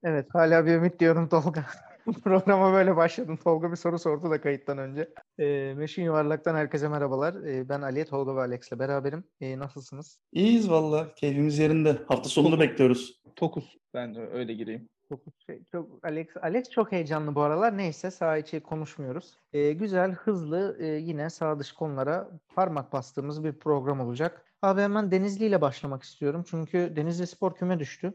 Evet, hala bir ümit diyorum Tolga. Programa böyle başladım. Tolga bir soru sordu da kayıttan önce. Meşin Yuvarlak'tan herkese merhabalar. Ben Ali, Tolga ve Alex'le beraberim. Nasılsınız? İyiyiz valla. Keyfimiz yerinde. Hafta sonunu Tokuz. bekliyoruz. Tokuz. Ben de öyle gireyim. Alex çok heyecanlı bu aralar. Neyse saha içi konuşmuyoruz. Güzel, hızlı, yine sağ dışı konulara parmak bastığımız bir program olacak. Abi hemen Denizli ile başlamak istiyorum. Çünkü Denizli Spor küme düştü.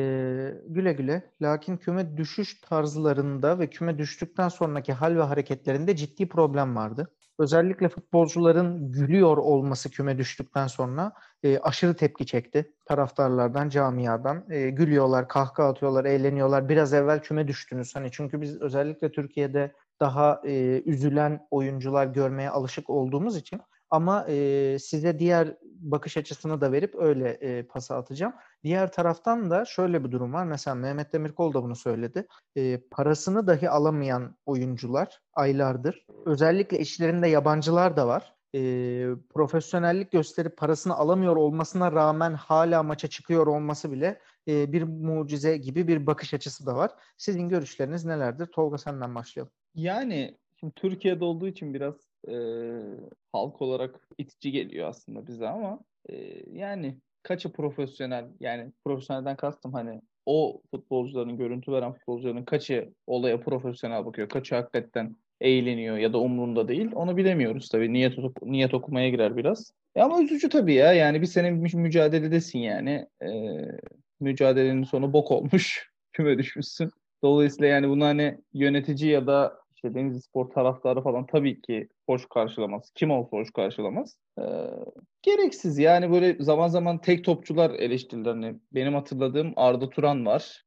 Güle güle. Lakin küme düşüş tarzlarında ve küme düştükten sonraki hal ve hareketlerinde ciddi problem vardı. Özellikle futbolcuların gülüyor olması küme düştükten sonra aşırı tepki çekti. Taraftarlardan, camiadan. Gülüyorlar, kahkaha atıyorlar, eğleniyorlar. Biraz evvel küme düştünüz. Hani çünkü biz özellikle Türkiye'de daha üzülen oyuncular görmeye alışık olduğumuz için. Ama size diğer bakış açısını da verip öyle pası atacağım. Diğer taraftan da şöyle bir durum var. Mesela Mehmet Demirkol da bunu söyledi. Parasını dahi alamayan oyuncular aylardır. Özellikle işlerinde yabancılar da var. Profesyonellik gösterip parasını alamıyor olmasına rağmen hala maça çıkıyor olması bile bir mucize gibi bir bakış açısı da var. Sizin görüşleriniz nelerdir? Tolga senden başlayalım. Yani şimdi Türkiye'de olduğu için biraz e, halk olarak itici geliyor aslında bize ama yani kaçı profesyonel, yani profesyonelden kastım hani o futbolcuların, görüntü veren futbolcuların kaçı olaya profesyonel bakıyor, kaçı hakikaten eğleniyor ya da umrunda değil, onu bilemiyoruz tabii. Niyet okumaya girer biraz. Ama üzücü tabii ya, yani bir sene mücadeledesin yani. Mücadelenin sonu bok olmuş. Küme düşmüşsün. Dolayısıyla yani bunu hani yönetici ya da işte Denizlispor taraftarı falan tabii ki hoş karşılamaz. Kim olsa hoş karşılamaz. Gereksiz yani, böyle zaman zaman tek topçular eleştirilir. Hani benim hatırladığım Arda Turan var.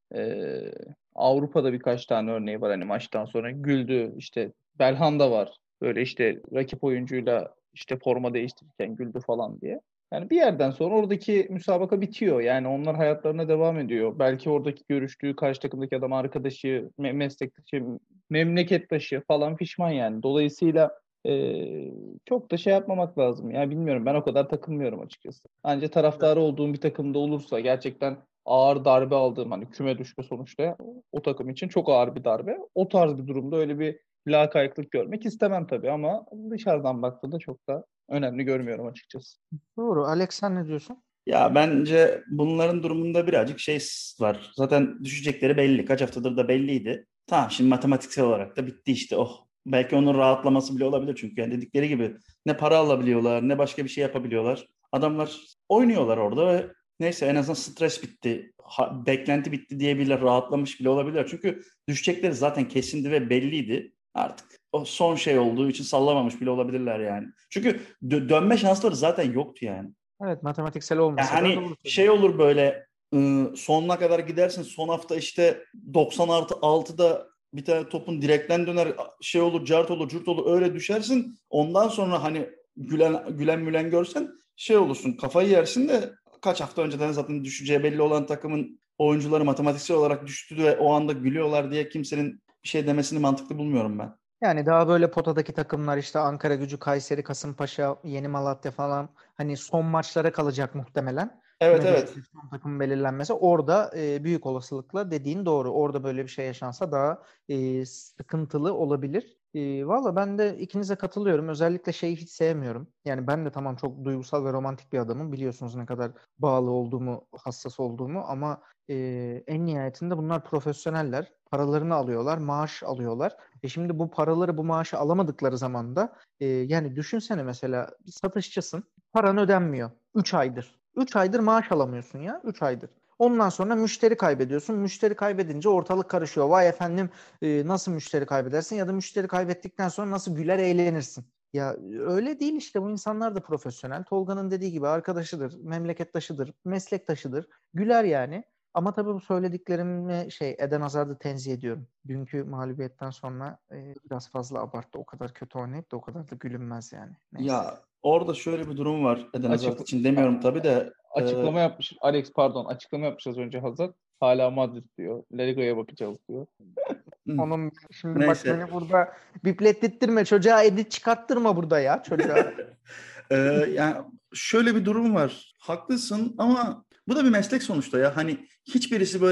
Avrupa'da birkaç tane örneği var, hani maçtan sonra güldü. İşte Belhanda var. Böyle işte rakip oyuncuyla işte forma değiştirirken güldü falan diye. Yani bir yerden sonra oradaki müsabaka bitiyor. Yani onlar hayatlarına devam ediyor. Belki oradaki görüştüğü karşı takımdaki adam arkadaşı, meslektaşı, memlekttaşı falan pişman yani. Dolayısıyla çok da şey yapmamak lazım. Ya bilmiyorum, ben o kadar takılmıyorum açıkçası. Anca taraftarı olduğum bir takımda olursa, gerçekten ağır darbe aldığım, hani küme düşme sonuçta o takım için çok ağır bir darbe. O tarz bir durumda öyle bir lakaytlık görmek istemem tabii, ama dışarıdan baktığında çok da önemli görmüyorum açıkçası. Doğru. Alex sen ne diyorsun? Ya bence bunların durumunda birazcık şey var. Zaten düşecekleri belli. Kaç haftadır da belliydi. Tamam, şimdi matematiksel olarak da bitti işte. Oh. Belki onun rahatlaması bile olabilir çünkü yani dedikleri gibi ne para alabiliyorlar ne başka bir şey yapabiliyorlar. Adamlar oynuyorlar orada ve neyse, en azından stres bitti. Beklenti bitti diyebilir, rahatlamış bile olabilir. Çünkü düşecekleri zaten kesindi ve belliydi. Artık o son şey olduğu için sallamamış bile olabilirler yani. Çünkü dönme şansları zaten yoktu yani. Evet, matematiksel Ya olmasa da hani doğru şey söylüyorsun. olur böyle, sonuna kadar gidersin. Son hafta işte 90+6'da bir tane topun direkten döner, şey olur, cart olur, cürt olur, öyle düşersin. Ondan sonra hani gülen mülen görsen şey olursun, kafayı yersin de kaç hafta önceden zaten düşeceği belli olan takımın oyuncuları matematiksel olarak düştü ve o anda gülüyorlar diye kimsenin bir şey demesini mantıklı bulmuyorum ben. Yani daha böyle potadaki takımlar işte Ankaragücü, Kayseri, Kasımpaşa, Yeni Malatya falan hani son maçlara kalacak muhtemelen. Evet, Küme evet. düşecek son takım belirlenmesi. Orada büyük olasılıkla dediğin doğru. Orada böyle bir şey yaşansa daha sıkıntılı olabilir. Valla ben de ikinize katılıyorum. Özellikle şeyi hiç sevmiyorum. Yani ben de tamam çok duygusal ve romantik bir adamım. Biliyorsunuz ne kadar bağlı olduğumu, hassas olduğumu ama en nihayetinde bunlar profesyoneller. Paralarını alıyorlar, maaş alıyorlar. Şimdi bu paraları, bu maaşı alamadıkları zaman da yani düşünsene mesela bir satışçısın. Paran ödenmiyor. 3 aydır. 3 aydır maaş alamıyorsun ya. 3 aydır. Ondan sonra müşteri kaybediyorsun. Müşteri kaybedince ortalık karışıyor. Vay efendim, nasıl müşteri kaybedersin ya da müşteri kaybettikten sonra nasıl güler eğlenirsin. Ya öyle değil işte, bu insanlar da profesyonel. Tolga'nın dediği gibi arkadaşıdır, memlektaşıdır, meslektaşıdır. Güler yani. Ama tabii bu söylediklerimi Eden Hazard'ı tenzih ediyorum. Dünkü mağlubiyetten sonra biraz fazla abarttı. O kadar kötü oynayıp da o kadar da gülünmez yani. Neyse. Ya orada şöyle bir durum var. Eden Açık Hazard için demiyorum tabii de Açıklama yapmış Alex, pardon, açıklama yapmış az önce Hazard. Hala Madrid diyor. La Liga'ya bakacağız diyor. Onun şimdi bak neyse. beni burada biplettirtme çocuğa, edit çıkarttırma burada ya çocuğa. Ee, Yani şöyle bir durum var. Haklısın ama bu da bir meslek sonuçta ya. Hani hiçbirisi böyle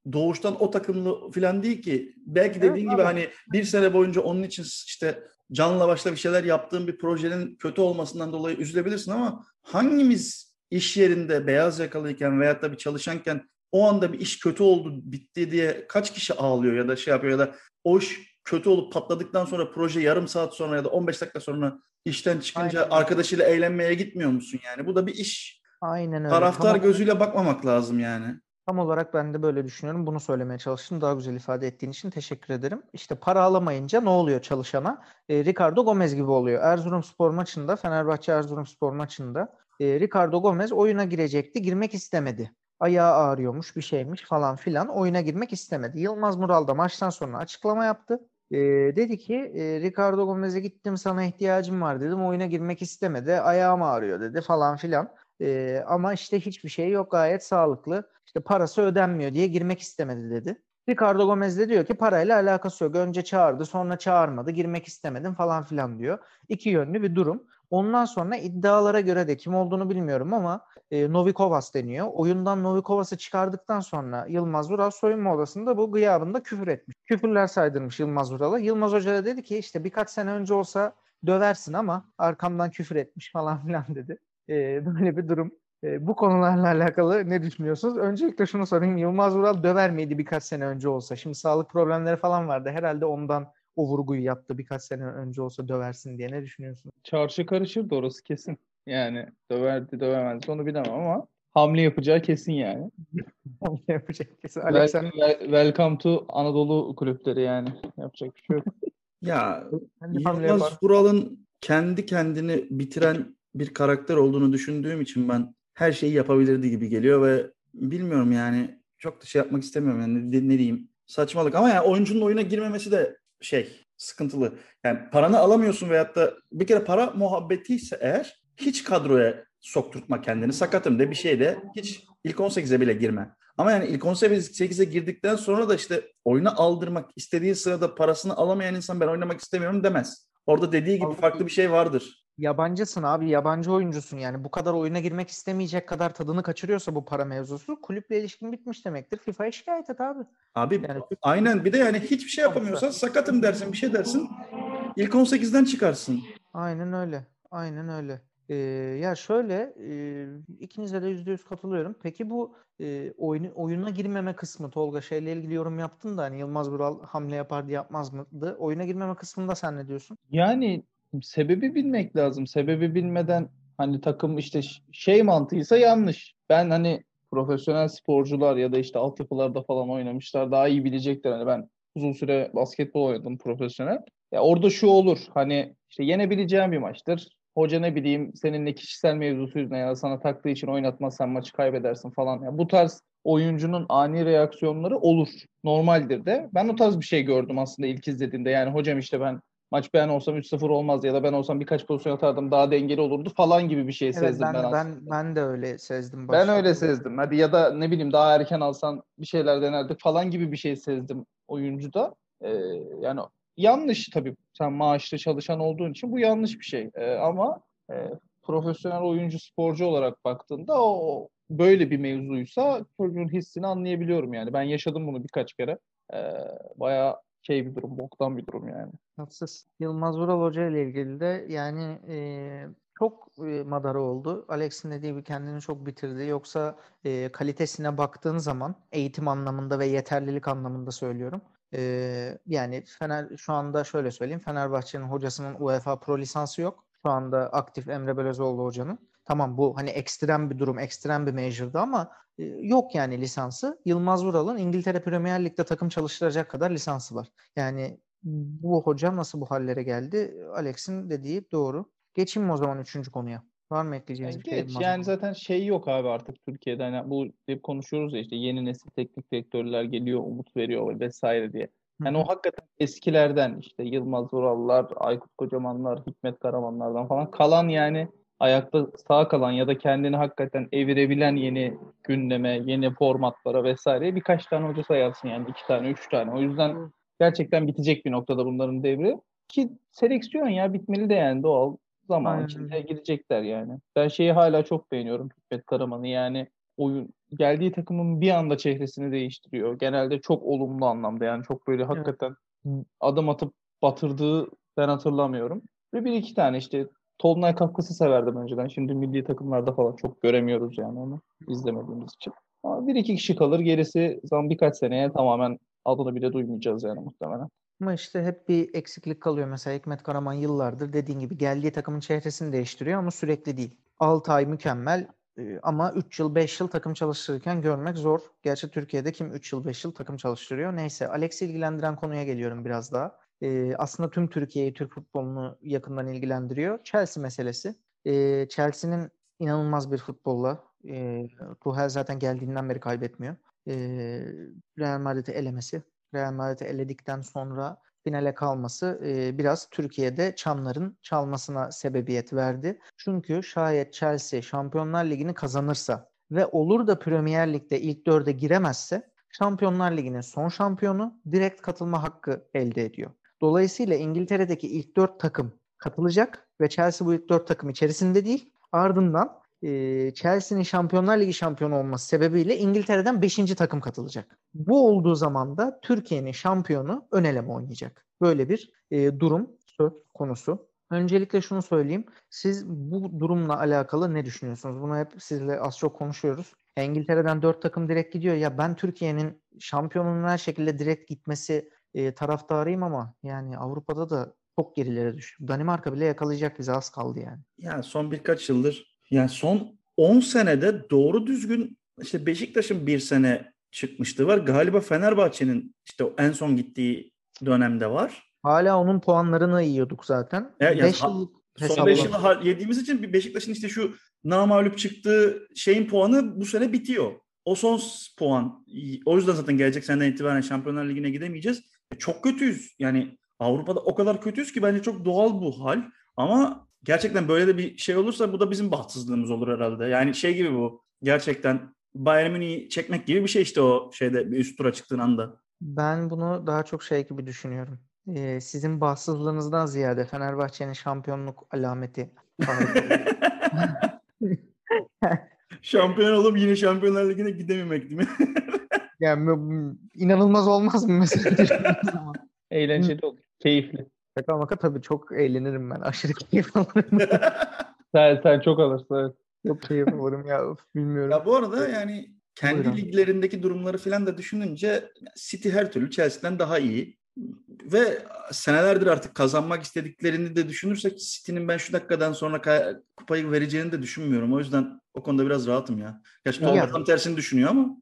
doğuştan o takımlı falan değil ki. Belki Evet dediğin gibi abi. hani bir sene boyunca onun için işte canla başla bir şeyler yaptığın bir projenin kötü olmasından dolayı üzülebilirsin ama hangimiz iş yerinde beyaz yakalıyken veyahut da bir çalışanken o anda bir iş kötü oldu, bitti diye kaç kişi ağlıyor ya da şey yapıyor ya da o iş kötü olup patladıktan sonra proje yarım saat sonra ya da 15 dakika sonra işten çıkınca Aynen öyle. arkadaşıyla eğlenmeye gitmiyor musun yani? Bu da bir iş. Aynen öyle. Taraftar gözüyle bakmamak lazım yani. Tam olarak ben de böyle düşünüyorum. Bunu söylemeye çalıştım. Daha güzel ifade ettiğin için teşekkür ederim. İşte para alamayınca ne oluyor çalışana? Ricardo Gomez gibi oluyor. Erzurumspor maçında, Fenerbahçe Erzurumspor maçında Ricardo Gomez oyuna girecekti. Girmek istemedi. Ayağı ağrıyormuş, bir şeymiş falan filan. Oyuna girmek istemedi. Yılmaz Mural da maçtan sonra açıklama yaptı. Dedi ki Ricardo Gomez'e gittim, sana ihtiyacım var dedim. Oyuna girmek istemedi. Ayağım ağrıyor dedi falan filan. Ama işte hiçbir şey yok, gayet sağlıklı. İşte parası ödenmiyor diye girmek istemedi dedi. Ricardo Gomez de diyor ki parayla alakası yok. Önce çağırdı, sonra çağırmadı, girmek istemedim falan filan diyor. İki yönlü bir durum. Ondan sonra iddialara göre de kim olduğunu bilmiyorum ama Novikovas deniyor. Oyundan Novikovas'ı çıkardıktan sonra Yılmaz Vural soyunma odasında bu gıyabında küfür etmiş. Küfürler saydırmış Yılmaz Vural'a. Yılmaz Hoca da dedi ki işte birkaç sene önce olsa döversin ama arkamdan küfür etmiş falan filan dedi. Böyle bir durum. Bu konularla alakalı ne düşünüyorsunuz? Öncelikle şunu sorayım. Yılmaz Vural döver miydi birkaç sene önce olsa? Şimdi sağlık problemleri falan vardı. Herhalde ondan o vurguyu yaptı birkaç sene önce olsa döversin diye. Ne düşünüyorsunuz? Çarşı karışırdı orası kesin. Yani döverdi dövemezdi onu bilemem ama hamle yapacağı kesin yani. Yapacak kesin. Alex sen, Welcome to Anadolu kulüpleri yani. Yapacak bir şey yok. Ya sen de hamle yapar. Yılmaz Vural'ın kendi kendini bitiren bir karakter olduğunu düşündüğüm için ben her şeyi yapabilirdi gibi geliyor ve bilmiyorum yani çok da şey yapmak istemiyorum yani ne diyeyim saçmalık ama yani oyuncunun oyuna girmemesi de sıkıntılı. Yani paranı alamıyorsun veyahut da bir kere para muhabbeti ise eğer hiç kadroya sokturtma kendini sakatım de bir şey de hiç ilk 18'e bile girme. Ama yani ilk 18'e girdikten sonra da işte oyuna aldırmak istediği sırada parasını alamayan insan ben oynamak istemiyorum demez. Orada dediği gibi farklı bir şey vardır. Yabancısın abi, yabancı oyuncusun yani. Bu kadar oyuna girmek istemeyecek kadar tadını kaçırıyorsa bu para mevzusu, kulüple ilişkin bitmiş demektir. FIFA'ya şikayet et abi. Abi Yani aynen bir de yani hiçbir şey yapamıyorsan sakatım dersin bir şey dersin ilk 18'den çıkarsın. aynen öyle. Aynen öyle. Ya şöyle, ikinize de %100 katılıyorum. Peki bu oyuna girmeme kısmı, Tolga şeyle ilgili yorum yaptın da hani Yılmaz Vural hamle yapar diye yapmaz mıydı? Oyuna girmeme kısmında sen ne diyorsun? Yani sebebi bilmek lazım. Sebebi bilmeden hani takım işte şey mantığıysa yanlış. Ben hani profesyonel sporcular ya da işte altyapılarda falan oynamışlar daha iyi bilecekler. Hani ben uzun süre basketbol oynadım profesyonel. Ya orada şu olur hani işte yenebileceğin bir maçtır. Hoca ne bileyim seninle kişisel mevzusu yüzünden ya da sana taktığı için oynatmazsan maçı kaybedersin falan. Ya bu tarz oyuncunun ani reaksiyonları olur. Normaldir de. Ben o tarz bir şey gördüm aslında ilk izlediğimde. Yani hocam işte maç ben olsam 3-0 olmaz ya da ben olsam birkaç pozisyon atardım daha dengeli olurdu falan gibi bir şey Evet, sezdim ben ben aslında. ben ben de öyle sezdim Ben başta. öyle sezdim. Hadi ya da ne bileyim daha erken alsan bir şeyler denerdik falan gibi bir şey sezdim oyuncuda. Ee, Yani yanlış tabii sen maaşlı çalışan olduğun için bu yanlış bir şey. Ama profesyonel oyuncu sporcu olarak baktığında o böyle bir mevzuysa çocuğun hissini anlayabiliyorum yani. Ben yaşadım bunu birkaç kere. Bayağı şey bir durum, boktan bir durum yani. Tatsız. Yılmaz Vural Hoca ile ilgili de yani çok madara oldu. Alex'in dediği gibi kendini çok bitirdi. Yoksa kalitesine baktığın zaman eğitim anlamında ve yeterlilik anlamında söylüyorum. Yani şu anda şöyle söyleyeyim. Fenerbahçe'nin hocasının UEFA Pro lisansı yok. Şu anda aktif Emre Belözoğlu hocanın. Tamam, bu hani ekstrem bir durum, ekstrem bir major'dı ama yok yani lisansı. Yılmaz Vural'ın İngiltere Premier Lig'de takım çalıştıracak kadar lisansı var. Yani bu hoca nasıl bu hallere geldi? Alex'in dediği doğru. Geçeyim mi o zaman üçüncü konuya? Var mı ekleyeceğiniz Yani bir şey geç Yılmaz yani Hocam? zaten şey yok abi artık Türkiye'de hani bu hep konuşuyoruz ya işte yeni nesil teknik direktörler geliyor umut veriyor vesaire diye. Hı Yani o hı. hakikaten eskilerden işte Yılmaz Vurallar, Aykut Kocamanlar, Hikmet Karamanlardan falan kalan yani ayakta sağ kalan ya da kendini hakikaten evirebilen yeni gündeme, yeni formatlara vesaire birkaç tane hoca sayarsın yani iki tane, üç tane. O yüzden gerçekten bitecek bir noktada bunların devri. Ki seleksiyon ya bitmeli de yani doğal zaman Aynen öyle. içinde gidecekler yani. Ben şeyi hala çok beğeniyorum Hikmet Karaman'ı yani oyun geldiği takımın bir anda çehresini değiştiriyor. Genelde çok olumlu anlamda, yani çok böyle Evet. hakikaten adım atıp batırdığı ben hatırlamıyorum. Ve bir iki tane işte Tolunay Kafkas'ı severdim önceden. Şimdi milli takımlarda falan çok göremiyoruz yani onu izlemediğimiz için. Ama bir iki kişi kalır, gerisi zaman birkaç seneye tamamen adını bile duymayacağız yani muhtemelen. Ama işte hep bir eksiklik kalıyor. Mesela Hikmet Karaman yıllardır dediğin gibi geldiği takımın çehresini değiştiriyor ama sürekli değil. 6 ay mükemmel ama 3 yıl 5 yıl takım çalıştırırken görmek zor. Gerçi Türkiye'de kim 3 yıl 5 yıl takım çalıştırıyor? Neyse, Alex'i ilgilendiren konuya geliyorum biraz daha. Aslında tüm Türkiye'yi, Türk futbolunu yakından ilgilendiriyor. Chelsea meselesi. Chelsea'nin inanılmaz bir futbolla, Tuchel zaten geldiğinden beri kaybetmiyor. E, Real Madrid'i elemesi. Real Madrid'i eledikten sonra finale kalması biraz Türkiye'de çanların çalmasına sebebiyet verdi. Çünkü şayet Chelsea Şampiyonlar Ligi'ni kazanırsa ve olur da Premier Lig'de ilk dörde giremezse Şampiyonlar Ligi'nin son şampiyonu direkt katılma hakkı elde ediyor. Dolayısıyla İngiltere'deki ilk dört takım katılacak ve Chelsea bu ilk dört takım içerisinde değil. Ardından Chelsea'nin Şampiyonlar Ligi şampiyonu olması sebebiyle İngiltere'den 5. takım katılacak. Bu olduğu zaman da Türkiye'nin şampiyonu ön eleme oynayacak. Böyle bir durum söz konusu. Öncelikle şunu söyleyeyim. Siz bu durumla alakalı ne düşünüyorsunuz? Bunu hep sizle az çok konuşuyoruz. İngiltere'den 4 takım direkt gidiyor. Ya ben Türkiye'nin şampiyonunun her şekilde direkt gitmesi taraftarıyım ama yani Avrupa'da da çok gerilere düştü. Danimarka bile yakalayacak, bize az kaldı yani. Yani son birkaç yıldır, yani son 10 senede doğru düzgün işte Beşiktaş'ın bir sene çıkmışlığı var. Galiba Fenerbahçe'nin işte en son gittiği dönemde var. Hala onun puanlarını yiyorduk zaten. Yani 5 yıllık son 5 yılı hesapla. yediğimiz için bir Beşiktaş'ın işte şu namağlup çıktığı şeyin puanı bu sene bitiyor. O son puan. O yüzden zaten gelecek seneden itibaren Şampiyonlar Ligi'ne gidemeyeceğiz. Çok kötüyüz. Yani Avrupa'da o kadar kötüyüz ki bence çok doğal bu hal. Ama gerçekten böyle de bir şey olursa bu da bizim bahtsızlığımız olur herhalde. Yani şey gibi bu. Gerçekten Bayern Münih'i çekmek gibi bir şey işte o şeyde bir üst tura çıktığın anda. Ben bunu daha çok şey gibi düşünüyorum. Sizin bahtsızlığınızdan ziyade Fenerbahçe'nin şampiyonluk alameti farkı. Şampiyon olup yine Şampiyonlar Ligi'ne gidememek değil mi? Yani inanılmaz olmaz mı mesela düşündüğünüz zaman? Eğlenceli olur. Keyifli. Şaka maka tabii çok eğlenirim ben. Aşırı keyif alırım. Sen çok alırsın. Evet. Çok keyif alırım ya. Bilmiyorum. Ya bu arada yani kendi Buyurun. liglerindeki durumları falan da düşününce City her türlü Chelsea'den daha iyi. Ve senelerdir artık kazanmak istediklerini de düşünürsek City'nin ben şu dakikadan sonra kupayı vereceğini de düşünmüyorum. O yüzden o konuda biraz rahatım ya. Gerçi Tolga Ya tam tersini düşünüyor ama.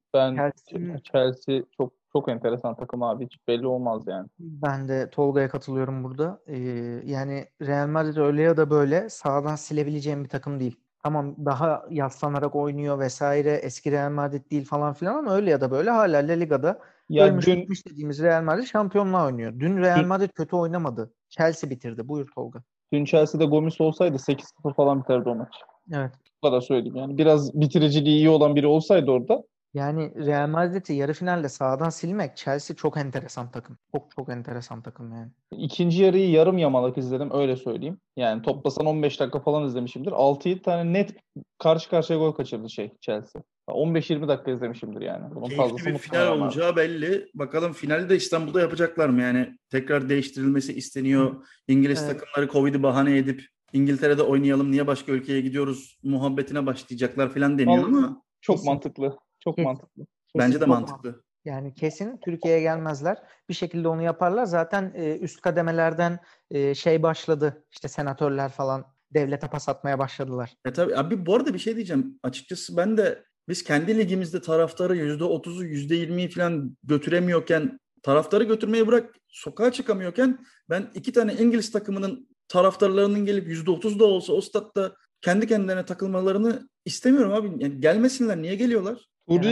Chelsea çok çok enteresan takım abi. Hiç belli olmaz yani. Ben de Tolga'ya katılıyorum burada. Yani Real Madrid öyle ya da böyle sağdan silebileceğim bir takım değil. Tamam, daha yaslanarak oynuyor vesaire. Eski Real Madrid değil falan filan ama öyle ya da böyle hala La Liga'da Ya ölmüş dün bitmiş dediğimiz Real Madrid şampiyonluğa oynuyor. Dün Real dün, Madrid kötü oynamadı. Chelsea bitirdi. Buyur Tolga. dün Chelsea'de Gomis olsaydı 8-0 falan biterdi o maç. Evet. Bu kadar söyleyeyim yani. Biraz bitiriciliği iyi olan biri olsaydı orada. Yani Real Madrid'i yarı finalde sağdan silmek, Chelsea çok enteresan takım. Çok çok enteresan takım yani. İkinci yarıyı yarım yamalak izledim, öyle söyleyeyim. Yani toplasan 15 dakika falan izlemişimdir. 6-7 tane net karşı karşıya gol kaçırdı Chelsea. 15-20 dakika izlemişimdir yani. Bunun Keyifli fazlası bir final muhtemelen var. olacağı belli. Bakalım finali de İstanbul'da yapacaklar mı? Yani tekrar değiştirilmesi isteniyor. İngiliz Evet. takımları Covid'i bahane edip İngiltere'de oynayalım, niye başka ülkeye gidiyoruz muhabbetine başlayacaklar falan deniyor ama Çok Kesin. mantıklı. Çok Kesin. mantıklı. bence de Çok mantıklı. Yani kesin Türkiye'ye gelmezler. Bir şekilde onu yaparlar. Zaten üst kademelerden şey başladı. İşte senatörler falan devlete pas atmaya başladılar. Tabii abi, bu arada bir şey diyeceğim. Açıkçası ben de biz kendi ligimizde taraftarı %30'u %20'yi falan götüremiyorken, taraftarı götürmeyi bırak, sokağa çıkamıyorken ben iki tane İngiliz takımının taraftarlarının gelip %30 da olsa o statta kendi kendilerine takılmalarını istemiyorum abi. Yani gelmesinler. Niye geliyorlar?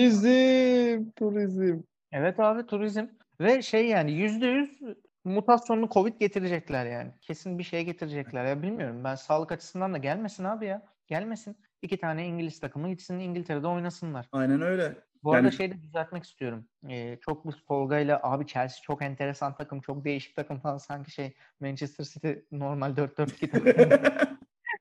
Turizm. Evet abi, turizm ve şey yani %100 mutasyonlu Covid getirecekler yani. Kesin bir şey getirecekler ya, bilmiyorum. Ben sağlık açısından da gelmesin abi ya. Gelmesin. İki tane İngiliz takımı gitsin İngiltere'de oynasınlar. Aynen öyle. Bu Yani arada şey de düzeltmek istiyorum. Çok bu Tolga'yla abi Chelsea çok enteresan takım, çok değişik takım falan, sanki şey Manchester City normal 4-4-2 takım.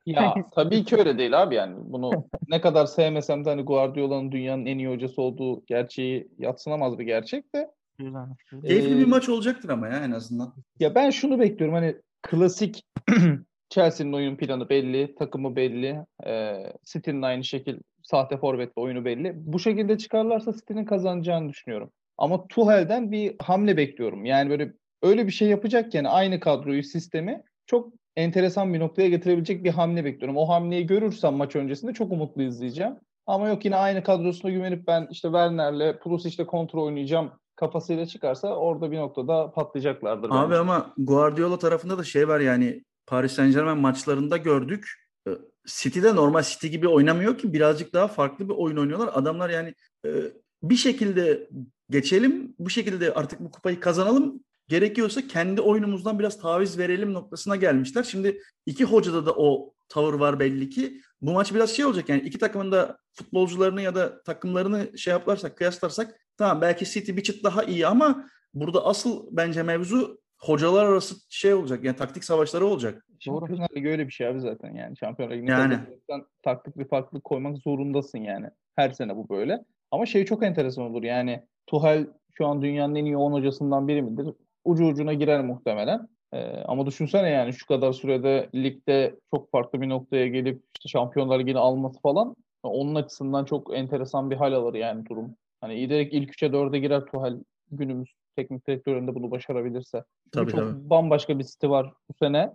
Ya tabii ki öyle değil abi yani. Bunu ne kadar sevmesem de hani Guardiola'nın dünyanın en iyi hocası olduğu gerçeği yadsınamaz bir gerçek de. Güzelmiş. Keyifli Ee, bir maç olacaktır ama ya en azından. Ya ben şunu bekliyorum hani klasik Chelsea'nin oyun planı belli, takımı belli. City'nin aynı şekil sahte forvetle oyunu belli. Bu şekilde çıkarlarsa City'nin kazanacağını düşünüyorum. Ama Tuchel'den bir hamle bekliyorum. Yani böyle öyle bir şey yapacakken aynı kadroyu, sistemi çok enteresan bir noktaya getirebilecek bir hamle bekliyorum. O hamleyi görürsem maç öncesinde çok umutlu izleyeceğim. Ama yok yine aynı kadrosuna güvenip ben işte Werner'le Pulisic'le kontrol oynayacağım kafasıyla çıkarsa orada bir noktada patlayacaklardır Abi bence. ama Guardiola tarafında da şey var yani Paris Saint-Germain maçlarında gördük. City'de normal City gibi oynamıyor ki birazcık daha farklı bir oyun oynuyorlar. Adamlar yani e, bir şekilde geçelim, bu şekilde artık bu kupayı kazanalım. Gerekiyorsa kendi oyunumuzdan biraz taviz verelim noktasına gelmişler. Şimdi iki hocada da o tavır var belli ki. Bu maç biraz şey olacak yani iki takımın da futbolcularını ya da takımlarını şey yaparsak, kıyaslarsak tamam belki City bir çıt daha iyi ama burada asıl bence mevzu hocalar arası şey olacak. Yani taktik savaşları olacak. Doğru. Şampiyonlar Ligi öyle bir şey abi zaten yani. Şampiyonlar Ligi'ni Yani kazanacaksan taktik bir farklılık koymak zorundasın yani. Her sene bu böyle. Ama şey çok enteresan olur yani. Tuchel şu an dünyanın en iyi 10 hocasından biri midir? Ucu ucuna girer muhtemelen. Ama düşünsene yani şu kadar sürede ligde çok farklı bir noktaya gelip işte Şampiyonlar Ligi'ni alması falan. Onun açısından çok enteresan bir hal alır yani durum. Hani giderek ilk 3'e 4'e girer Tuchel günümüz teknik direktöründe bunu başarabilirse. Çünkü tabii çok tabii. bambaşka bir City var bu sene.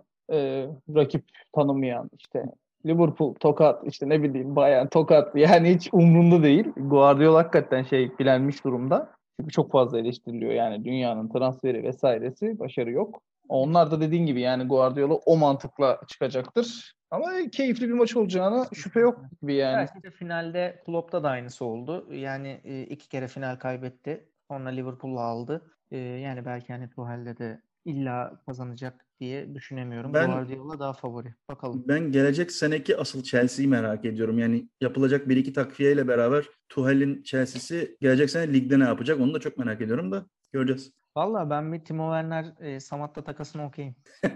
Rakip tanımayan işte Liverpool tokat işte ne bileyim Bayern tokat yani hiç umrunda değil. Guardiola hakikaten şey bilenmiş durumda. Çünkü çok fazla eleştiriliyor yani dünyanın transferi vesairesi başarı yok. Onlar da dediğin gibi yani Guardiola o mantıkla çıkacaktır. Ama keyifli bir maç olacağına şüphe yok gibi yani. Belki de finalde Klopp'ta da aynısı oldu. Yani 2 kere final kaybetti. Sonra Liverpool'la aldı. Yani belki hani Tuchel'de de illa kazanacak diye düşünemiyorum. Ben Guardiola daha favori. Bakalım. ben gelecek seneki asıl Chelsea'yi merak ediyorum. Yani yapılacak bir iki takviyeyle beraber Tuchel'in Chelsea'si gelecek sene ligde ne yapacak onu da çok merak ediyorum da göreceğiz. Valla ben bir Timo Werner Samatta takasını okeyim.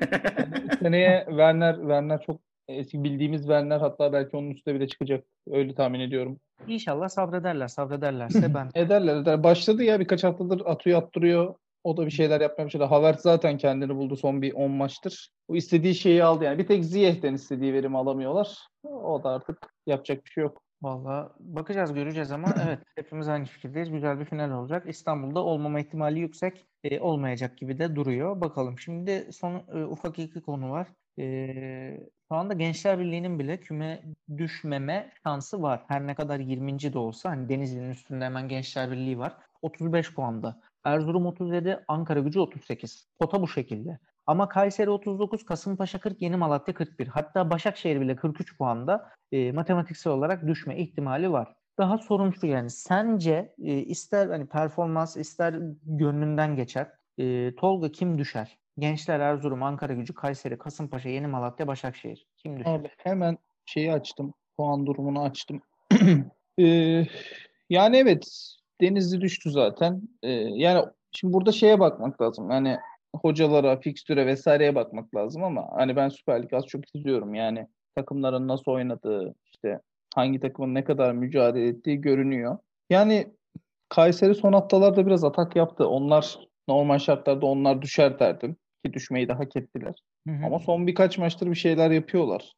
Seneye Werner çok eski bildiğimiz Werner hatta belki onun üstüne bile çıkacak. Öyle tahmin ediyorum. İnşallah sabrederler. Sabrederlerse ben Ederler. Başladı ya birkaç haftadır atıyor attırıyor. O da bir şeyler yapmaya başladı. Havertz zaten kendini buldu son bir 10 maçtır. O istediği şeyi aldı yani. Bir tek Ziyech'ten istediği verimi alamıyorlar. O da artık yapacak bir şey yok. valla bakacağız göreceğiz ama evet hepimiz aynı fikirdeyiz. Güzel bir final olacak. İstanbul'da olmama ihtimali yüksek. Olmayacak gibi de duruyor. Bakalım. Şimdi son ufak iki konu var. Şu anda Gençler Birliği'nin bile küme düşmeme şansı var. Her ne kadar 20. de olsa hani Denizli'nin üstünde hemen Gençler Birliği var. 35 puanda. Erzurum 37, Ankaragücü 38. Pota bu şekilde. Ama Kayseri 39, Kasımpaşa 40, Yeni Malatya 41. Hatta Başakşehir bile 43 puanda matematiksel olarak düşme ihtimali var. Daha sorun şu yani sence ister hani performans ister gönlünden geçer. Tolga kim düşer? Gençler, Erzurum, Ankaragücü, Kayseri, Kasımpaşa, Yeni Malatya, Başakşehir. Kim düşer? Abi hemen şeyi açtım. Puan durumunu açtım. Ee, Yani evet Denizli düştü zaten. Yani şimdi burada şeye bakmak lazım. Yani hocalara, fikstüre vesaireye bakmak lazım ama hani ben Süper Lig az çok izliyorum. Yani takımların nasıl oynadığı, işte hangi takımın ne kadar mücadele ettiği görünüyor. Yani Kayseri son haftalarda biraz atak yaptı. Onlar normal şartlarda onlar düşer derdim. Ki düşmeyi de hak ettiler. Hı hı. Ama son birkaç maçtır bir şeyler yapıyorlar.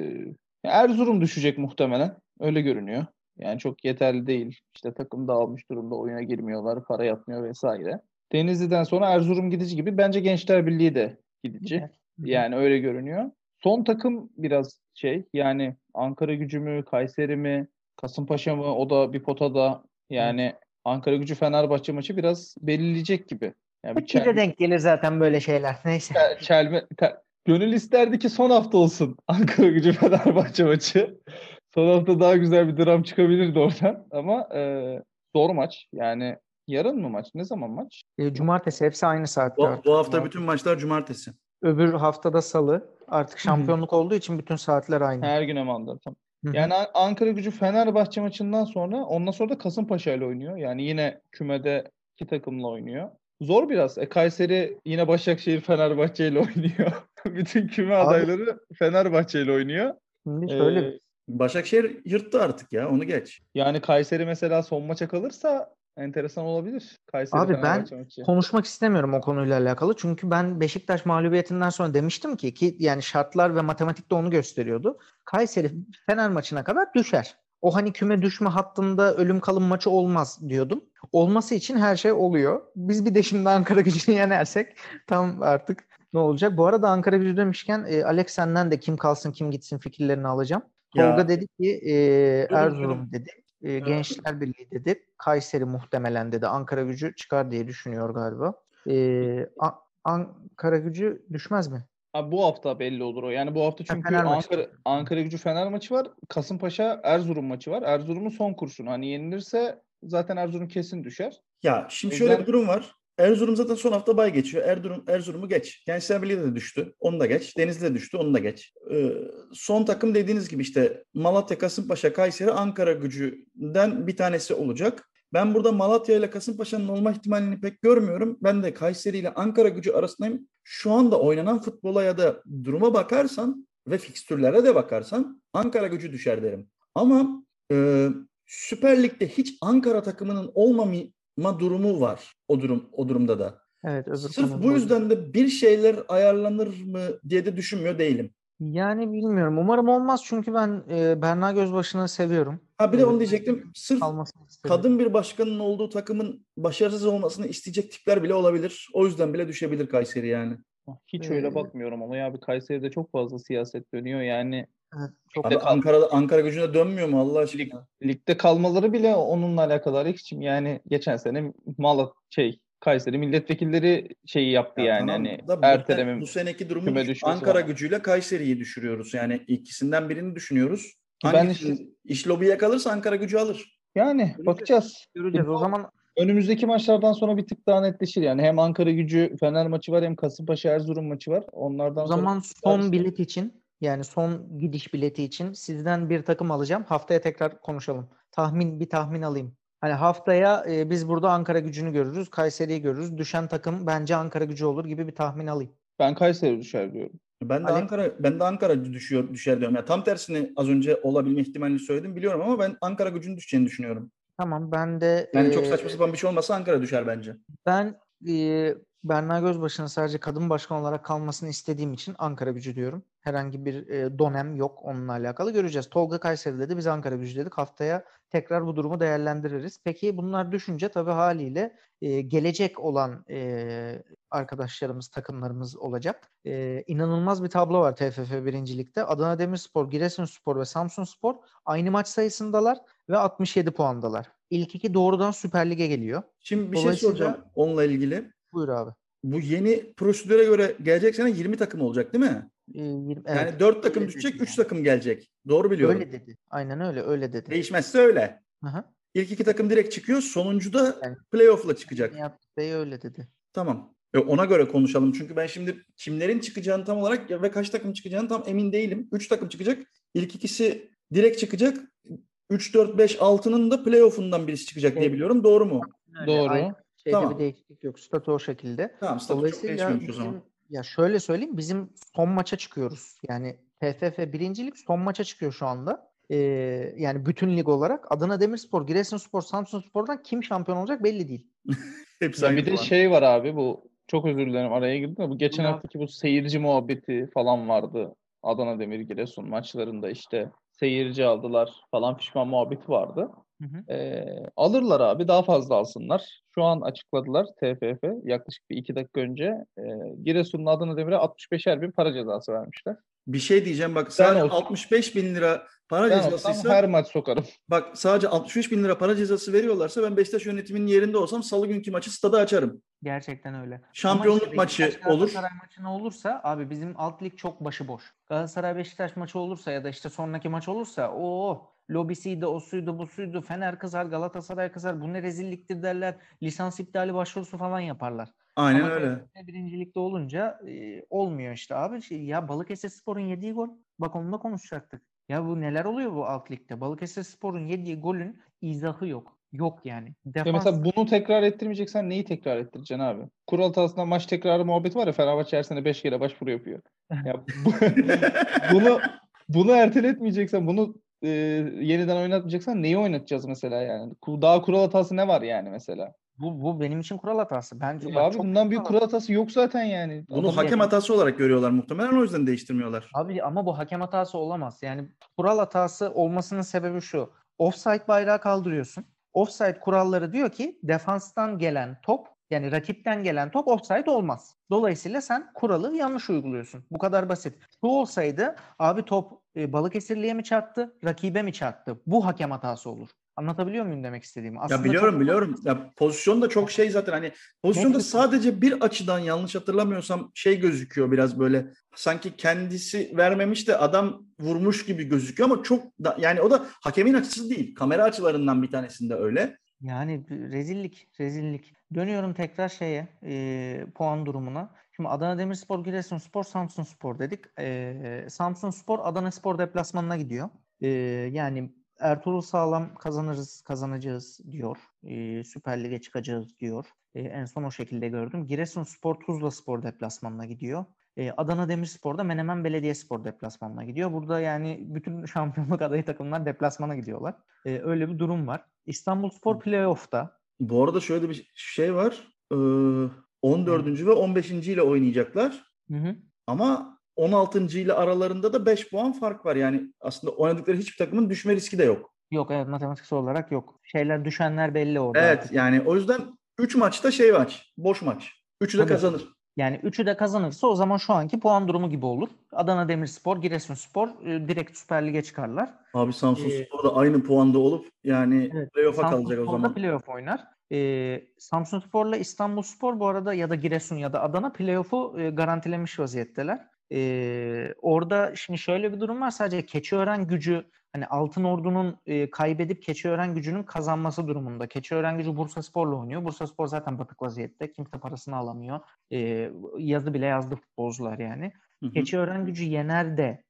Erzurum düşecek muhtemelen. Öyle görünüyor. Yani çok yeterli değil. İşte takım dağılmış durumda. Oyuna girmiyorlar. Para yatmıyor vesaire. Denizli'den sonra Erzurum gidici gibi. Bence Gençler Birliği de gidici. Gider. Hı hı. Yani öyle görünüyor. Son takım biraz şey. Yani Ankaragücü mü, Kayseri mi, Kasımpaşa mı? O da bir potada. Yani Ankaragücü Fenerbahçe maçı biraz belirleyecek gibi. Yani bir Hep bize denk gelir zaten böyle şeyler. Neyse. Gönül isterdi ki son hafta olsun Ankaragücü Fenerbahçe maçı. Son hafta daha güzel bir dram çıkabilirdi oradan. Ama zor maç. Yani yarın mı maç? Ne zaman maç? Cumartesi hepsi aynı saatte Bu artık. hafta bütün maçlar cumartesi. Öbür haftada salı. Artık şampiyonluk olduğu için bütün saatler aynı. Her güne manda. Tamam. Hı hı. Yani Ankaragücü Fenerbahçe maçından sonra ondan sonra da Kasımpaşa ile oynuyor. Yani yine kümede iki takımla oynuyor. Zor biraz. Kayseri yine Başakşehir Fenerbahçe ile oynuyor. Bütün küme Abi adayları Fenerbahçe ile oynuyor. Şimdi şöyle Başakşehir yırttı artık ya, onu geç. Yani Kayseri mesela son maça kalırsa enteresan olabilir. Kayseri abi ben Fenerbahçe maçı. konuşmak istemiyorum o konuyla alakalı. Çünkü ben Beşiktaş mağlubiyetinden sonra demiştim ki yani şartlar ve matematikte onu gösteriyordu. Kayseri Fener maçına kadar düşer. O hani küme düşme hattında ölüm kalım maçı olmaz diyordum. Olması için her şey oluyor. Biz bir de şimdi Ankara Gücü'nü yenersek tam artık ne olacak? Bu arada Ankara Gücü demişken Alex senden de kim kalsın kim gitsin fikirlerini alacağım. Tolga Ya dedi ki buyurun. Erzurum dedi. Gençler Birliği dedi. Kayseri muhtemelen dedi. Ankara Gücü çıkar diye düşünüyor galiba. Ankara Gücü düşmez mi? Abi bu hafta belli olur o. Yani bu hafta çünkü Fener maçı. Ankara Gücü Fener maçı var. Kasımpaşa Erzurum maçı var. Erzurum'un son kurşunu. Hani yenilirse zaten Erzurum kesin düşer. Ya şimdi O şöyle yüzden- bir durum var. Erzurum zaten son hafta bay geçiyor. Erzurum'u geç. Gençler Birliği de düştü. Onu da geç. Denizli de düştü. Onu da geç. Son takım dediğiniz gibi işte Malatya, Kasımpaşa, Kayseri, Ankara Gücü'den bir tanesi olacak. Ben burada Malatya ile Kasımpaşa'nın olma ihtimalini pek görmüyorum. Ben de Kayseri ile Ankara Gücü arasındayım. Şu anda oynanan futbola ya da duruma bakarsan ve fikstürlere de bakarsan Ankara Gücü düşer derim. Ama Süper Lig'de hiç Ankara takımının durumu var o durumda da. Evet, öbür Sırf konu bu yüzden de bir şeyler ayarlanır mı diye de düşünmüyor değilim. yani bilmiyorum. Umarım olmaz çünkü ben Berna Gözbaşı'nı seviyorum. Ha bir de onu diyecektim. Sırf Almasını isterim. kadın bir başkanın olduğu takımın başarısız olmasını isteyecek tipler bile olabilir. O yüzden bile düşebilir Kayseri yani. Hiç öyle bakmıyorum ama ya bir Kayseri'de çok fazla siyaset dönüyor. Yani Evet, çok Abi Ankara Gücü'ne dönmüyor mu Allah aşkına? ligde kalmaları bile onunla alakalı. Hiçim yani geçen sene Kayseri milletvekilleri şeyi yaptı Ya yani tamam hani da erteleme bu seneki durumu küme düşün. düşmesi Ankara falan. Gücü'yle Kayseri'yi düşürüyoruz. Yani ikisinden birini düşünüyoruz. Ki ben Hangisinin iş lobiye kalırsa Ankara Gücü alır. yani bakacağız. göreceğiz. O zaman Önümüzdeki maçlardan sonra bir tık daha netleşir yani. Hem Ankara Gücü Fener maçı var hem Kasımpaşa Erzurum maçı var. Onlardan O sonra zaman son bilet için yani son gidiş bileti için sizden bir takım alacağım. Haftaya tekrar konuşalım. Bir tahmin alayım. Hani haftaya biz burada Ankara Gücü'nü görürüz. Kayseri'yi görürüz. Düşen takım bence Ankara Gücü olur gibi bir tahmin alayım. ben Kayseri düşer diyorum. Ben de Ankara düşer diyorum. Ya tam tersini az önce olabilme ihtimalini söyledim biliyorum ama ben Ankara Gücü'nün düşeceğini düşünüyorum. Tamam, ben de Yani çok saçma sapan bir şey olmasa Ankara düşer bence. ben Berna Gözbaşı'nın sadece kadın başkan olarak kalmasını istediğim için Ankara Gücü diyorum. Herhangi bir dönem yok onunla alakalı. Göreceğiz. Tolga Kayseri dedi. Biz Ankara Gücü dedik. Haftaya tekrar bu durumu değerlendiririz. Peki bunlar düşünce tabii haliyle gelecek olan arkadaşlarımız, takımlarımız olacak. İnanılmaz bir tablo var TFF 1. Lig'de. Adana Demirspor, Giresunspor ve Samsunspor aynı maç sayısındalar ve 67 puandalar. İlk iki doğrudan Süper Lig'e geliyor. Şimdi bir şey Dolayısıyla- soracağım onunla ilgili. Buyur abi. Bu yeni prosedüre göre gelecek sene 20 takım olacak değil mi? 20, Yani evet. 4 takım Öyle düşecek, dedi 3 yani. takım gelecek. Doğru biliyorum. Öyle dedi. Aynen öyle dedi. Değişmezse öyle. Hı-hı. İlk 2 takım direkt çıkıyor. Sonuncu da Yani- playoff'la çıkacak. Nihat Bey öyle dedi. Tamam. Ona göre konuşalım. Çünkü ben şimdi kimlerin çıkacağını tam olarak ve kaç takım çıkacağını tam emin değilim. 3 takım çıkacak. İlk ikisi direkt çıkacak. 3, 4, 5, 6'nın da playoff'undan birisi çıkacak diye Evet. biliyorum. Doğru mu? Öyle. Doğru. Aynen. Şeyde Tamam. bir değişiklik yok. Statü o şekilde. Tamam. Statü çok Dolayısıyla değişmemiş o zaman. ya şöyle söyleyeyim, bizim son maça çıkıyoruz. Yani TFF 1. Lig son maça çıkıyor şu anda. Yani bütün lig olarak Adana Demirspor, Giresunspor, Samsunspor'dan kim şampiyon olacak belli değil. Hepsi Ya aynı bir de puan. var abi bu çok özür dilerim araya girdim de bu geçen Buyur abi. haftaki bu seyirci muhabbeti falan vardı. Adana Demir Giresun maçlarında işte seyirci aldılar falan fişman muhabbeti vardı. Hı hı. Alırlar abi daha fazla alsınlar. Şu an açıkladılar TFF yaklaşık bir 2 dakika önce Giresun'un Adana Demir'e 65'er bin para cezası vermişler. Bir şey diyeceğim bak sadece olsam- 65 bin lira para Ben olsam cezasıysa her maç sokarım. bak sadece 65 bin lira para cezası veriyorlarsa ben Beşiktaş yönetiminin yerinde olsam salı günkü maçı stada açarım. Gerçekten öyle. Şampiyonluk Ama maçı Beşiktaş olur. Galatasaray maçı ne olursa abi bizim alt lig çok başıboş. Galatasaray Beşiktaş maçı olursa ya da işte sonraki maç olursa lobisiydi, o suydu, bu suydu. Fener kızar, Galatasaray kızar. Bu ne rezilliktir derler. Lisans iptali başvurusu falan yaparlar. Aynen Ama öyle. TFF 1. Lig'de olunca olmuyor işte abi. Ya Balıkesirspor'un yediği gol. Bak onunla konuşacaktık. Ya bu neler oluyor bu alt ligde? Balıkesirspor'un yediği golün izahı yok. Yok yani. Ya Defans mesela bunu tekrar ettirmeyeceksen neyi tekrar ettireceksin abi? Kural hatasında maç tekrarı muhabbeti var ya Fenerbahçe her sene 5 kere başvuru yapıyor. Ya bunu Bunu erteletmeyeceksen, bunu yeniden oynatmayacaksan neyi oynatacağız mesela yani? Daha kural hatası ne var yani mesela? Bu benim için kural hatası. Bence bak Abi çok bundan büyük büyük kural kural hatası yok zaten yani. Bunu Adamın hakem hatası olarak görüyorlar muhtemelen, o yüzden değiştirmiyorlar. Abi ama bu hakem hatası olamaz. Yani kural hatası olmasının sebebi şu. Offside bayrağı kaldırıyorsun. Offside kuralları diyor ki defanstan gelen top, yani rakipten gelen top offside olmaz. Dolayısıyla sen kuralı yanlış uyguluyorsun. Bu kadar basit. Şu olsaydı abi top Balıkesirli'ye mi çarptı, rakibe mi çarptı? Bu hakem hatası olur. Anlatabiliyor muyum demek istediğimi? Ya Aslında biliyorum çok biliyorum. Ya pozisyon da çok şey zaten, hani pozisyonda net bir sadece bir açıdan yanlış hatırlamıyorsam şey gözüküyor biraz böyle, sanki kendisi vermemiş de adam vurmuş gibi gözüküyor ama çok da, yani o da hakemin açısı değil. Kamera açılarından bir tanesinde öyle. Yani rezillik. Dönüyorum tekrar puan durumuna. Şimdi Adana Demirspor, Giresunspor, Samsunspor dedik. Samsunspor Adanaspor deplasmanına gidiyor. Yani Ertuğrul Sağlam kazanacağız diyor. Süper Lig'e çıkacağız diyor. En son o şekilde gördüm. Giresunspor Tuzlaspor deplasmanına gidiyor. Adana Demirspor da Menemen Belediyespor deplasmanına gidiyor. Burada yani bütün şampiyonluk adayı takımlar deplasmana gidiyorlar. Öyle bir durum var. İstanbulspor playoff'ta. Bu arada şöyle bir şey var. Yani, 14. ve 15. ile oynayacaklar. hı hı. Ama 16. ile aralarında da 5 puan fark var. Yani aslında oynadıkları hiçbir takımın düşme riski de yok. Yok, evet, matematiksel olarak yok. Düşenler belli orada Evet, artık. yani o yüzden 3 maçta şey maç. Boş maç. 3'ü de Tabii. kazanır. Yani üçü de kazanırsa o zaman şu anki puan durumu gibi olur. Adana Demirspor, Giresunspor direkt Süper Lig'e çıkarlar. Abi Ee, Samsunspor da aynı puanda olup yani evet. playoff'a kalacak o Samsunspor da zaman. playoff oynar. Samsunspor'la İstanbulspor bu arada, ya da Giresun ya da Adana playoff'u garantilemiş vaziyetteler. Orada şimdi şöyle bir durum var. Sadece Keçiören hani Altınordu'nun kaybedip Keçiören kazanması durumunda. Keçiören Bursaspor'la oynuyor. Bursaspor zaten batık vaziyette. Kimse parasını alamıyor. Yazı bile yazdı futbolcular yani. Hı hı. Keçiören yener de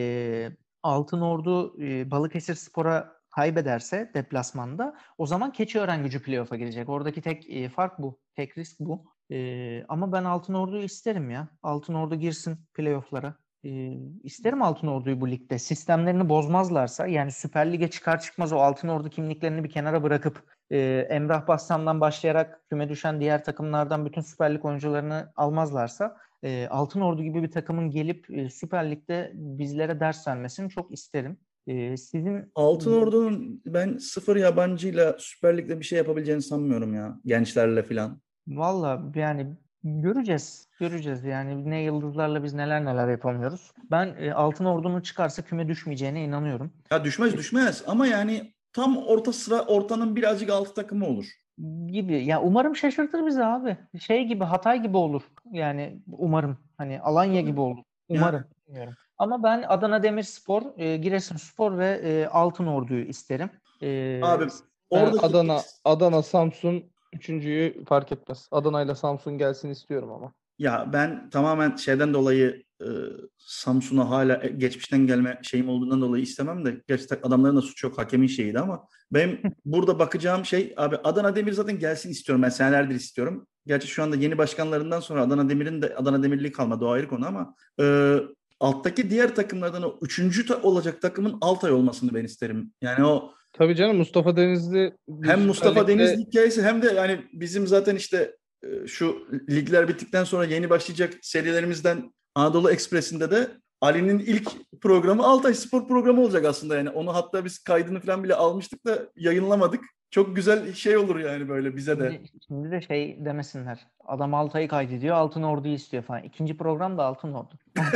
Altınordu Balıkesirspor'a kaybederse deplasmanda, o zaman Keçiören playoff'a girecek. Oradaki tek fark bu. Tek risk bu. Ama ben Altınordu'yu isterim ya. Altınordu girsin playoff'lara. İsterim Altınordu'yu bu ligde. Sistemlerini bozmazlarsa, yani Süper Lig'e çıkar çıkmaz o Altınordu kimliklerini bir kenara bırakıp Emrah Bassam'dan başlayarak küme düşen diğer takımlardan bütün Süper Lig oyuncularını almazlarsa, Altınordu gibi bir takımın gelip Süper Lig'de bizlere ders vermesini çok isterim. Sizin Altınordu'nun ben sıfır yabancıyla Süper Lig'de bir şey yapabileceğini sanmıyorum ya. Gençlerle falan. valla yani göreceğiz yani ne yıldızlarla biz neler yapamıyoruz. Ben Altınordu'nun çıkarsa küme düşmeyeceğine inanıyorum. Ya düşmez düşmez ama yani tam orta sıra, ortanın birazcık altı takımı olur. Gibi. Ya umarım şaşırtır bizi abi. Gibi, Hatay gibi olur. Yani umarım. Hani Alanya gibi olur. Yani Umarım. Bilmiyorum. Ama ben Adana Demirspor, Giresunspor ve Altınordu'yu isterim. E, abi Ben oradaki Adana, Samsun üçüncüyü fark etmez. Adana ile Samsun gelsin istiyorum ama. ya ben tamamen şeyden dolayı Samsun'a hala geçmişten gelme şeyim olduğundan dolayı istemem de, gerçekten adamların da suçu yok, hakemin şeyiydi ama benim burada bakacağım şey, abi Adana Demir zaten gelsin istiyorum, ben senelerdir istiyorum. Gerçi şu anda yeni başkanlarından sonra Adana Demir'in de Adana Demirliği kalmadı, o ayrı konu ama alttaki diğer takımlardan o üçüncü olacak takımın Altay olmasını ben isterim. Yani o Tabii canım, Mustafa Denizli bir hem Süper Mustafa Lig'de Denizli hikayesi hem de yani bizim zaten işte şu ligler bittikten sonra yeni başlayacak serilerimizden Anadolu Ekspresi'nde de Ali'nin ilk programı Altay Spor programı olacak aslında yani. Onu hatta biz kaydını falan bile almıştık da yayınlamadık. Çok güzel şey olur yani böyle bize de. şimdi de demesinler. Adam Altay'ı kaydediyor, Altınordu'yu istiyor falan. İkinci program da Altınordu.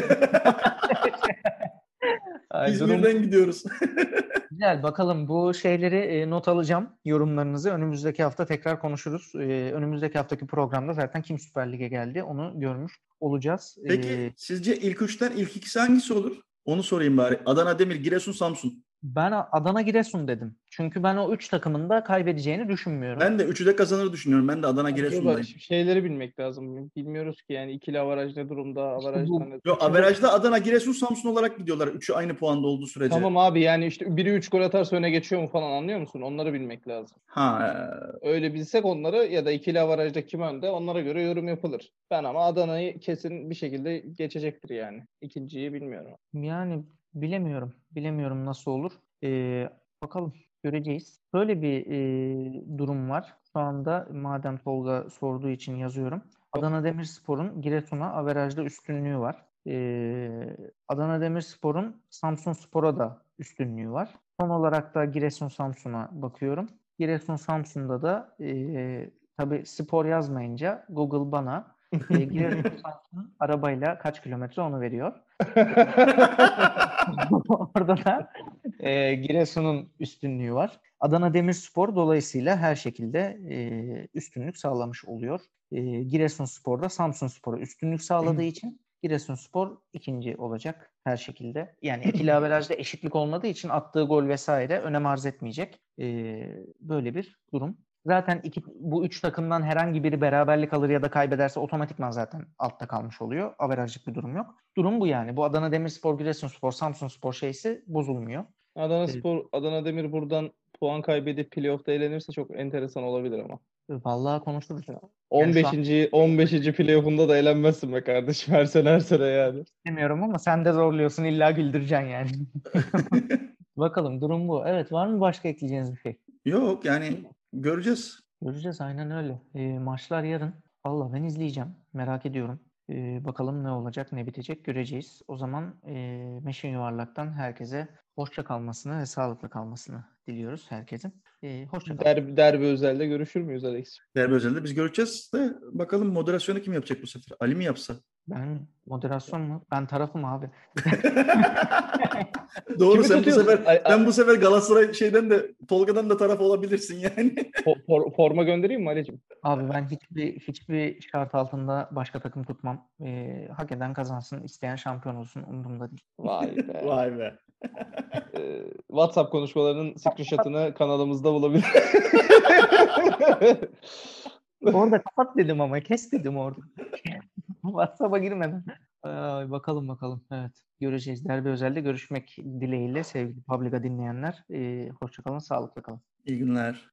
Ay, durum İzmir'den gidiyoruz. güzel. Bakalım, bu şeyleri not alacağım, yorumlarınızı. Önümüzdeki hafta tekrar konuşuruz. Önümüzdeki haftaki programda zaten kim Süper Lig'e geldi onu görmüş olacağız. Peki sizce ilk üçten ilk ikisi hangisi olur? Onu sorayım bari. Adana Demir, Giresun, Samsun. Ben Adana Giresun dedim. Çünkü ben o üç takımın da kaybedeceğini düşünmüyorum. Ben de üçü de kazanır düşünüyorum. Ben de Adana Dur bak, Giresun'dayım. şeyleri bilmek lazım. Bilmiyoruz ki yani ikili avaraj ne durumda, İşte avarajlar bu ne Yo, durumda. averajda Adana, Giresun, Samsun olarak gidiyorlar. Üçü aynı puanda olduğu sürece. Tamam abi, yani işte biri 3 gol atarsa öne geçiyor mu falan, anlıyor musun? Onları bilmek lazım. Ha, Öyle bilsek onları, ya da ikili avarajda kim önde, onlara göre yorum yapılır. Ben ama Adana'yı kesin bir şekilde geçecektir yani. İkinciyi bilmiyorum. yani Bilemiyorum. Bilemiyorum nasıl olur. Bakalım. Göreceğiz. Böyle bir durum var. Şu anda madem Tolga sorduğu için yazıyorum. Adana Demirspor'un Giresun'a averajda üstünlüğü var. Adana Demirspor'un Samsunspor'a da üstünlüğü var. Son olarak da Giresun Samsun'a bakıyorum. Giresun Samsun'da da tabii spor yazmayınca Google bana Giresun Samsun arabayla kaç kilometre onu veriyor. Orada da Giresun'un üstünlüğü var. Adana Demirspor dolayısıyla her şekilde üstünlük sağlamış oluyor. Giresunspor da Samsunspor'a üstünlük sağladığı için Giresunspor ikinci olacak her şekilde. Yani ikili averajda eşitlik olmadığı için attığı gol vesaire önem arz etmeyecek. Böyle bir durum. Zaten bu üç takımdan herhangi biri beraberlik alır ya da kaybederse otomatikman zaten altta kalmış oluyor. Averajlık bir durum yok. Durum bu yani. Bu Adana Demirspor, Giresunspor, Samsunspor şeysi bozulmuyor. Adana Demir buradan puan kaybedip playoff'ta elenirse çok enteresan olabilir ama. Vallahi konuşuruz. Yani 15. playoff'unda da elenmezsin be kardeşim. Her sene yani. Demiyorum ama sen de zorluyorsun. İlla güldüreceksin yani. Bakalım durum bu. Evet, var mı başka ekleyeceğiniz bir şey? Yok yani göreceğiz. Göreceğiz, aynen öyle. Maçlar yarın. Vallahi ben izleyeceğim. Merak ediyorum. Bakalım ne olacak, ne bitecek göreceğiz. O zaman Meşin Yuvarlak'tan herkese hoşça kalmasını ve sağlıklı kalmasını diliyoruz herkesin. Hoşça kalın. Derbi özelde görüşür müyüz Alex? Derbi özelinde biz göreceğiz de bakalım moderasyonu kim yapacak bu sefer? Ali mi yapsa? Ben moderasyon mu? Ben tarafım abi. Doğru, Kimi sen bu tutuyorsun? sefer sen bu sefer Galatasaray şeyden de Tolga'dan da taraf olabilirsin yani. Forma göndereyim mi Ali'cim? Abi ben hiçbir şart altında başka takım tutmam. Hak eden kazansın, isteyen şampiyon olsun, umurumda değil. Vay be. Vay be. WhatsApp konuşmalarının screenshot'ını kanalımızda bulabilir. Orada kapat dedim ama kes dedim orada. WhatsApp'a girmeden. Bakalım. Evet, göreceğiz. Derbi özelde görüşmek dileğiyle sevgili Publica dinleyenler. Hoşça kalın, sağlıklı kalın. İyi günler.